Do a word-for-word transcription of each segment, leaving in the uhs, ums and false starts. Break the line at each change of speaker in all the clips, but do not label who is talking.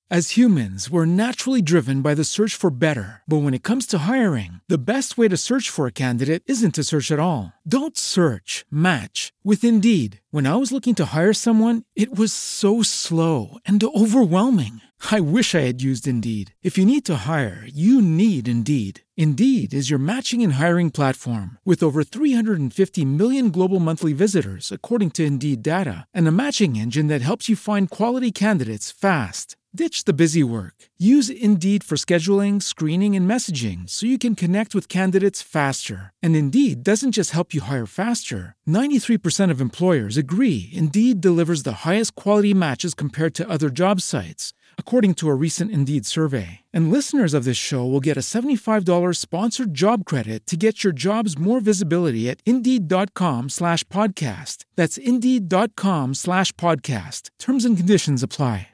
As humans, we're naturally driven by the search for better. But when it comes to hiring, the best way to search for a candidate isn't to search at all. Don't search, match with Indeed. When I was looking to hire someone, it was so slow and overwhelming. I wish I had used Indeed. If you need to hire, you need Indeed. Indeed is your matching and hiring platform with over three hundred fifty million global monthly visitors, according to Indeed data, and a matching engine that helps you find quality candidates fast. Ditch the busy work. Use Indeed for scheduling, screening, and messaging so you can connect with candidates faster. And Indeed doesn't just help you hire faster. ninety-three percent of employers agree Indeed delivers the highest quality matches compared to other job sites, according to a recent Indeed survey. And listeners of this show will get a seventy-five dollars sponsored job credit to get your jobs more visibility at Indeed.com slash podcast. That's Indeed.com slash podcast. Terms and conditions apply.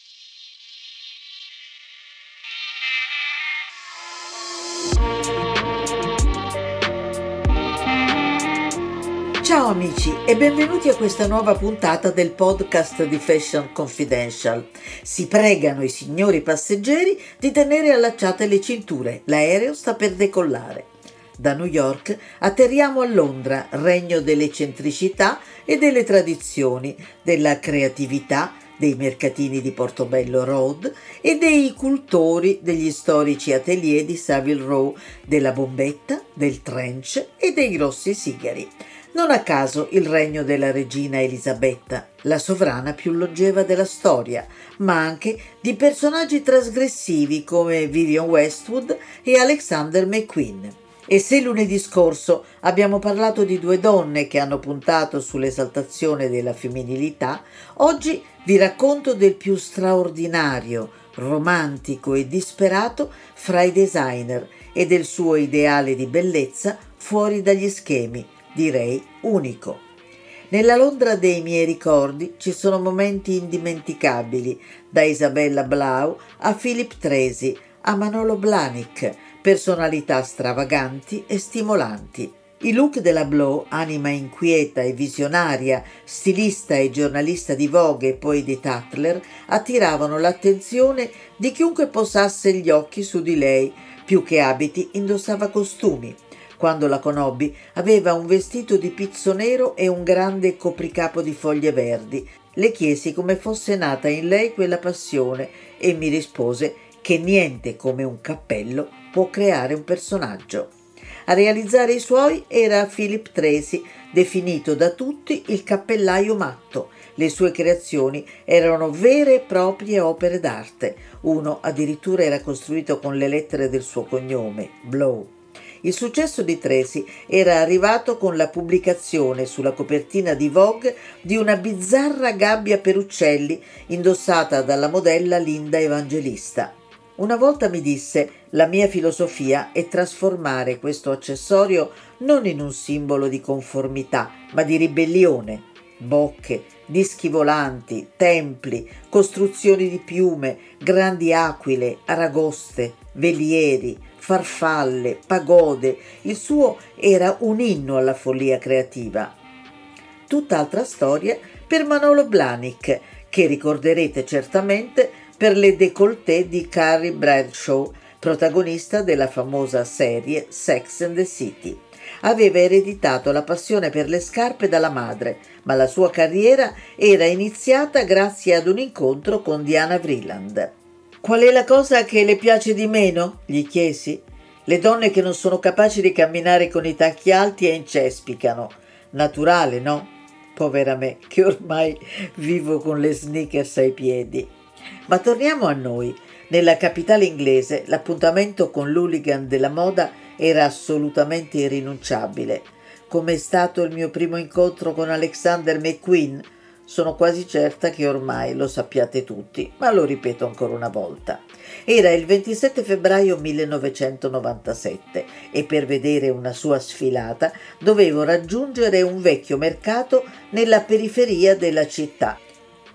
Ciao amici e benvenuti a questa nuova puntata del podcast di Fashion Confidential. Si pregano i signori passeggeri di tenere allacciate le cinture, l'aereo sta per decollare. Da New York atterriamo a Londra, regno delle eccentricità e delle tradizioni, della creatività, dei mercatini di Portobello Road e dei cultori degli storici atelier di Savile Row, della bombetta, del trench e dei grossi sigari. Non a caso il regno della regina Elisabetta, la sovrana più longeva della storia, ma anche di personaggi trasgressivi come Vivienne Westwood e Alexander McQueen. E se lunedì scorso abbiamo parlato di due donne che hanno puntato sull'esaltazione della femminilità, oggi vi racconto del più straordinario, romantico e disperato fra i designer e del suo ideale di bellezza fuori dagli schemi, direi unico. Nella Londra dei miei ricordi ci sono momenti indimenticabili, da Isabella Blau a Philip Treasi a Manolo Blahnik, personalità stravaganti e stimolanti. I look della Blau, anima inquieta e visionaria, stilista e giornalista di Vogue e poi di Tatler, attiravano l'attenzione di chiunque posasse gli occhi su di lei. Più che abiti indossava costumi. Quando la conobbi aveva un vestito di pizzo nero e un grande copricapo di foglie verdi. Le chiesi come fosse nata in lei quella passione e mi rispose che niente come un cappello può creare un personaggio. A realizzare i suoi era Philip Treasi, definito da tutti il cappellaio matto. Le sue creazioni erano vere e proprie opere d'arte. Uno addirittura era costruito con le lettere del suo cognome, Blow. Il successo di Treasi era arrivato con la pubblicazione sulla copertina di Vogue di una bizzarra gabbia per uccelli indossata dalla modella Linda Evangelista. Una volta mi disse: la mia filosofia è trasformare questo accessorio non in un simbolo di conformità, ma di ribellione. Bocche, dischi volanti, templi, costruzioni di piume, grandi aquile, aragoste, velieri, farfalle, pagode. Il suo era un inno alla follia creativa. Tutt'altra storia per Manolo Blahnik, che ricorderete certamente per le décolleté di Carrie Bradshaw, protagonista della famosa serie Sex and the City. Aveva ereditato la passione per le scarpe dalla madre, ma la sua carriera era iniziata grazie ad un incontro con Diana Vreeland. «Qual è la cosa che le piace di meno?» gli chiesi. «Le donne che non sono capaci di camminare con i tacchi alti e incespicano. Naturale, no? Povera me, che ormai vivo con le sneakers ai piedi». Ma torniamo a noi. Nella capitale inglese l'appuntamento con l'hooligan della moda era assolutamente irrinunciabile. Come è stato il mio primo incontro con Alexander McQueen? Sono quasi certa che ormai lo sappiate tutti, ma lo ripeto ancora una volta. Era il ventisette febbraio millenovecentonovantasette e per vedere una sua sfilata dovevo raggiungere un vecchio mercato nella periferia della città.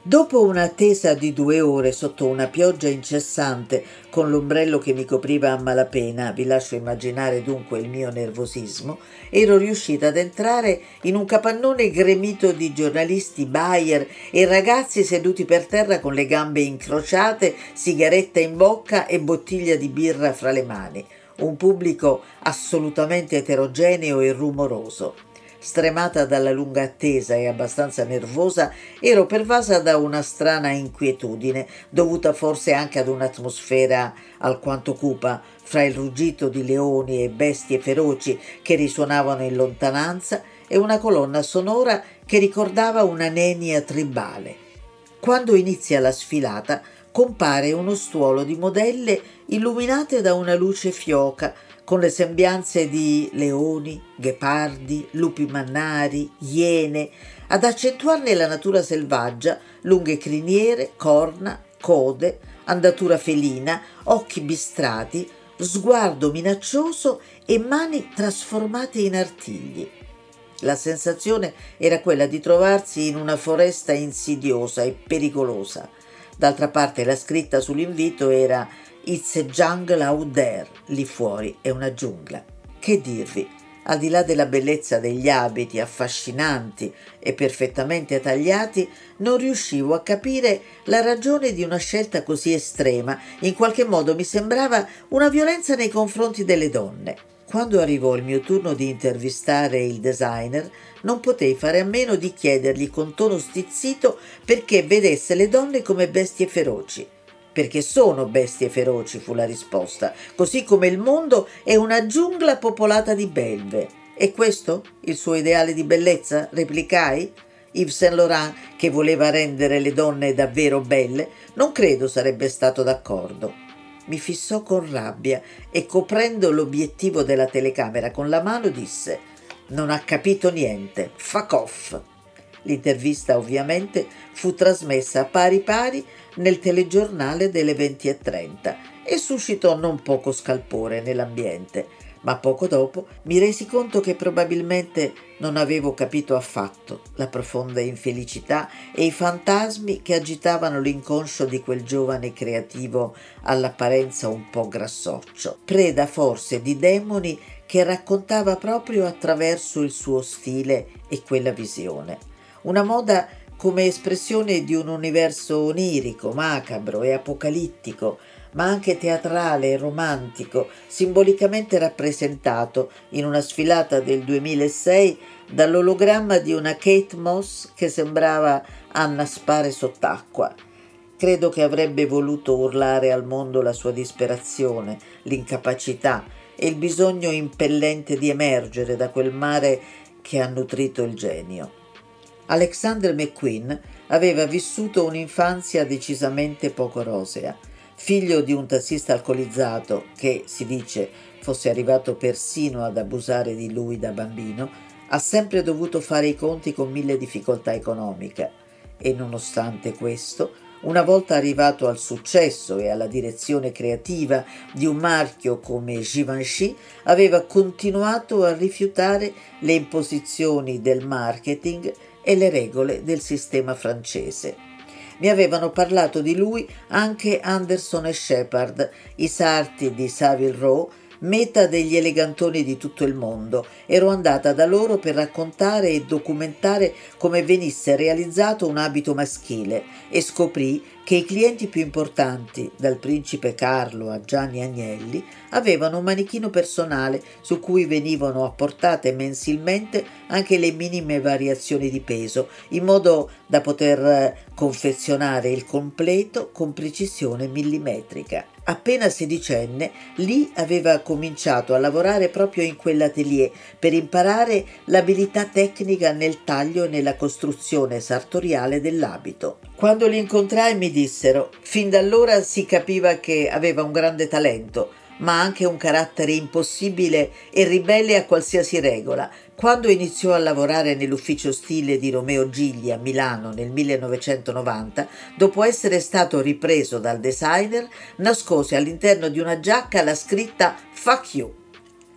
Dopo un'attesa di due ore sotto una pioggia incessante, con l'ombrello che mi copriva a malapena, vi lascio immaginare dunque il mio nervosismo, ero riuscita ad entrare in un capannone gremito di giornalisti, buyer e ragazzi seduti per terra con le gambe incrociate, sigaretta in bocca e bottiglia di birra fra le mani. Un pubblico assolutamente eterogeneo e rumoroso. Stremata dalla lunga attesa e abbastanza nervosa, ero pervasa da una strana inquietudine, dovuta forse anche ad un'atmosfera alquanto cupa, fra il ruggito di leoni e bestie feroci che risuonavano in lontananza e una colonna sonora che ricordava una nenia tribale. Quando inizia la sfilata, compare uno stuolo di modelle illuminate da una luce fioca, con le sembianze di leoni, ghepardi, lupi mannari, iene, ad accentuarne la natura selvaggia, lunghe criniere, corna, code, andatura felina, occhi bistrati, sguardo minaccioso e mani trasformate in artigli. La sensazione era quella di trovarsi in una foresta insidiosa e pericolosa. D'altra parte la scritta sull'invito era «It's a jungle out there», lì fuori è una giungla. Che dirvi, al di là della bellezza degli abiti affascinanti e perfettamente tagliati, non riuscivo a capire la ragione di una scelta così estrema. In qualche modo mi sembrava una violenza nei confronti delle donne. Quando arrivò il mio turno di intervistare il designer, non potei fare a meno di chiedergli con tono stizzito perché vedesse le donne come bestie feroci. «Perché sono bestie feroci», fu la risposta, «così come il mondo è una giungla popolata di belve». «E questo? Il suo ideale di bellezza?» replicai. Yves Saint Laurent, che voleva rendere le donne davvero belle, non credo sarebbe stato d'accordo. Mi fissò con rabbia e, coprendo l'obiettivo della telecamera con la mano, disse: «Non ha capito niente, fuck off». L'intervista ovviamente fu trasmessa pari pari nel telegiornale delle venti e trenta e suscitò non poco scalpore nell'ambiente, ma poco dopo mi resi conto che probabilmente non avevo capito affatto la profonda infelicità e i fantasmi che agitavano l'inconscio di quel giovane creativo all'apparenza un po' grassoccio, preda forse di demoni che raccontava proprio attraverso il suo stile e quella visione. Una moda come espressione di un universo onirico, macabro e apocalittico, ma anche teatrale e romantico, simbolicamente rappresentato in una sfilata del duemilasei dall'ologramma di una Kate Moss che sembrava annaspare sott'acqua. Credo che avrebbe voluto urlare al mondo la sua disperazione, l'incapacità e il bisogno impellente di emergere da quel mare che ha nutrito il genio. Alexander McQueen aveva vissuto un'infanzia decisamente poco rosea. Figlio di un tassista alcolizzato che, si dice, fosse arrivato persino ad abusare di lui da bambino, ha sempre dovuto fare i conti con mille difficoltà economiche e, nonostante questo, una volta arrivato al successo e alla direzione creativa di un marchio come Givenchy, aveva continuato a rifiutare le imposizioni del marketing e le regole del sistema francese. Mi avevano parlato di lui anche Anderson e Shepard, i sarti di Savile Row, meta degli elegantoni di tutto il mondo. Ero andata da loro per raccontare e documentare come venisse realizzato un abito maschile e scoprì che i clienti più importanti, dal principe Carlo a Gianni Agnelli, avevano un manichino personale su cui venivano apportate mensilmente anche le minime variazioni di peso, in modo da poter confezionare il completo con precisione millimetrica. Appena sedicenne, Lee aveva cominciato a lavorare proprio in quell'atelier per imparare l'abilità tecnica nel taglio e nella costruzione sartoriale dell'abito. Quando li incontrai mi dissero: fin da allora si capiva che aveva un grande talento, ma anche un carattere impossibile e ribelle a qualsiasi regola. Quando iniziò a lavorare nell'ufficio stile di Romeo Gigli a Milano nel millenovecentonovanta, dopo essere stato ripreso dal designer, nascose all'interno di una giacca la scritta «Fuck you».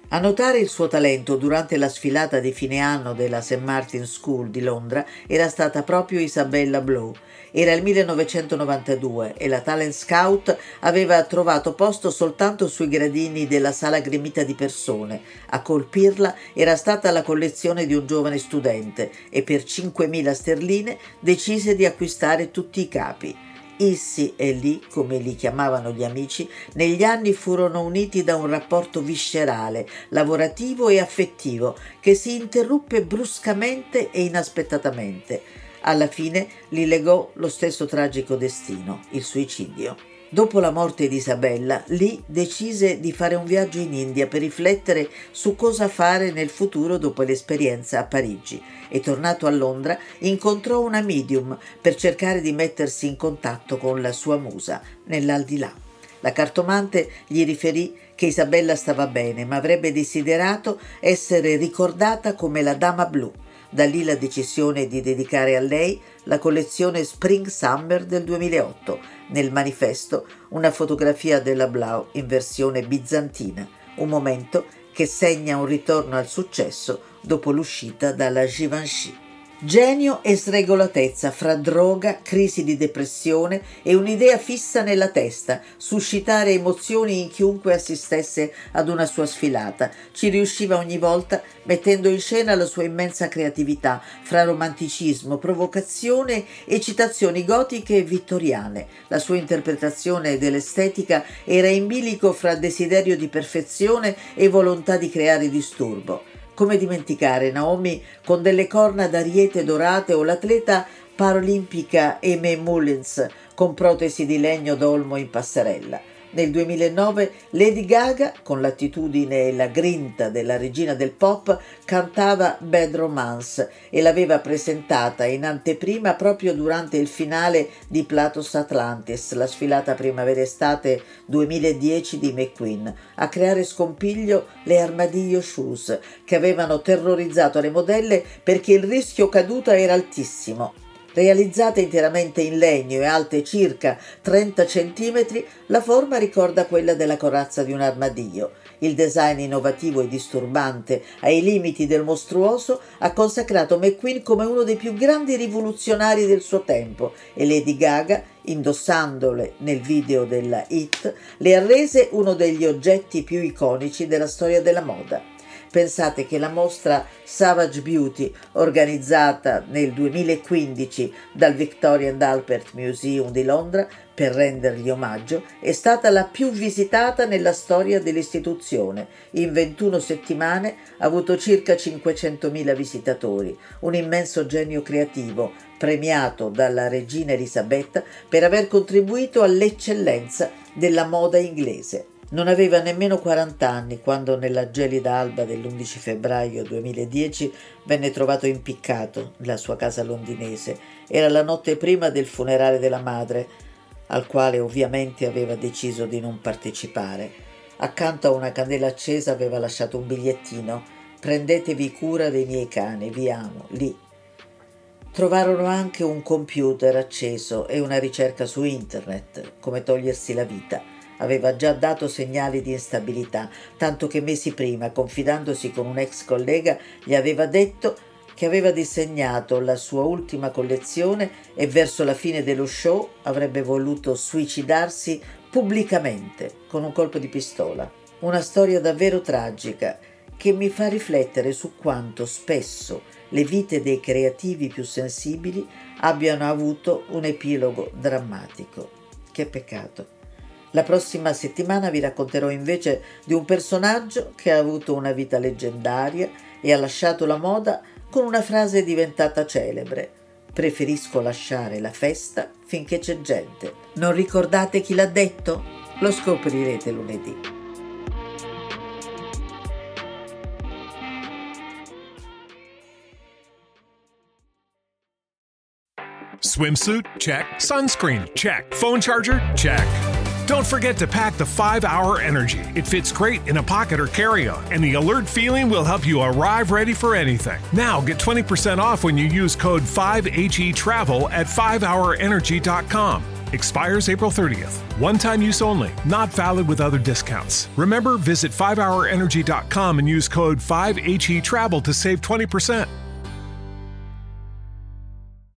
A notare il suo talento durante la sfilata di fine anno della Saint Martin's School di Londra era stata proprio Isabella Blow. Era il millenovecentonovantadue e la talent scout aveva trovato posto soltanto sui gradini della sala gremita di persone. A colpirla era stata la collezione di un giovane studente e per cinquemila sterline decise di acquistare tutti i capi. Issy e Lee, come li chiamavano gli amici, negli anni furono uniti da un rapporto viscerale, lavorativo e affettivo che si interruppe bruscamente e inaspettatamente. Alla fine li legò lo stesso tragico destino, il suicidio. Dopo la morte di Isabella, Lee decise di fare un viaggio in India per riflettere su cosa fare nel futuro dopo l'esperienza a Parigi e, tornato a Londra, incontrò una medium per cercare di mettersi in contatto con la sua musa nell'aldilà. La cartomante gli riferì che Isabella stava bene, ma avrebbe desiderato essere ricordata come la Dama Blu. Da lì la decisione di dedicare a lei la collezione Spring-Summer del duemilaotto. Nel manifesto una fotografia della Blau in versione bizantina, un momento che segna un ritorno al successo dopo l'uscita dalla Givenchy. Genio e sregolatezza fra droga, crisi di depressione e un'idea fissa nella testa, suscitare emozioni in chiunque assistesse ad una sua sfilata. Ci riusciva ogni volta mettendo in scena la sua immensa creatività fra romanticismo, provocazione e citazioni gotiche e vittoriane. La sua interpretazione dell'estetica era in bilico fra desiderio di perfezione e volontà di creare disturbo. Come dimenticare Naomi con delle corna d'ariete dorate o l'atleta paralimpica Aimee Mullins con protesi di legno d'olmo in passerella. Nel duemilanove Lady Gaga, con l'attitudine e la grinta della regina del pop, cantava Bad Romance e l'aveva presentata in anteprima proprio durante il finale di Platos Atlantis, la sfilata primavera-estate duemiladieci di McQueen. A creare scompiglio le Armadillo Shoes, che avevano terrorizzato le modelle perché il rischio caduta era altissimo. Realizzata interamente in legno e alte circa trenta centimetri, la forma ricorda quella della corazza di un armadillo. Il design innovativo e disturbante, ai limiti del mostruoso, ha consacrato McQueen come uno dei più grandi rivoluzionari del suo tempo e Lady Gaga, indossandole nel video della hit, le ha rese uno degli oggetti più iconici della storia della moda. Pensate che la mostra Savage Beauty, organizzata nel duemilaquindici dal Victoria and Albert Museum di Londra per rendergli omaggio, è stata la più visitata nella storia dell'istituzione. In ventuno settimane ha avuto circa cinquecentomila visitatori, un immenso genio creativo, premiato dalla regina Elisabetta per aver contribuito all'eccellenza della moda inglese. Non aveva nemmeno quaranta anni quando nella gelida alba dell'undici febbraio duemiladieci venne trovato impiccato nella sua casa londinese. Era la notte prima del funerale della madre, al quale ovviamente aveva deciso di non partecipare. Accanto a una candela accesa aveva lasciato un bigliettino: «Prendetevi cura dei miei cani, vi amo, Lee». Trovarono anche un computer acceso e una ricerca su internet, come togliersi la vita. Aveva già dato segnali di instabilità, tanto che mesi prima, confidandosi con un ex collega, gli aveva detto che aveva disegnato la sua ultima collezione e verso la fine dello show avrebbe voluto suicidarsi pubblicamente con un colpo di pistola. Una storia davvero tragica che mi fa riflettere su quanto spesso le vite dei creativi più sensibili abbiano avuto un epilogo drammatico. Che peccato. La prossima settimana vi racconterò invece di un personaggio che ha avuto una vita leggendaria e ha lasciato la moda con una frase diventata celebre: «Preferisco lasciare la festa finché c'è gente». Non ricordate chi l'ha detto? Lo scoprirete lunedì.
Swimsuit? Check. Sunscreen? Check. Phone charger? Check. Don't forget to pack the five hour Energy. It fits great in a pocket or carry-on, and the alert feeling will help you arrive ready for anything. Now get twenty percent off when you use code five H E Travel at five hour energy dot com. Expires April thirtieth. One-time use only. Not valid with other discounts. Remember, visit five hour energy dot com and use code five H E travel to save twenty percent.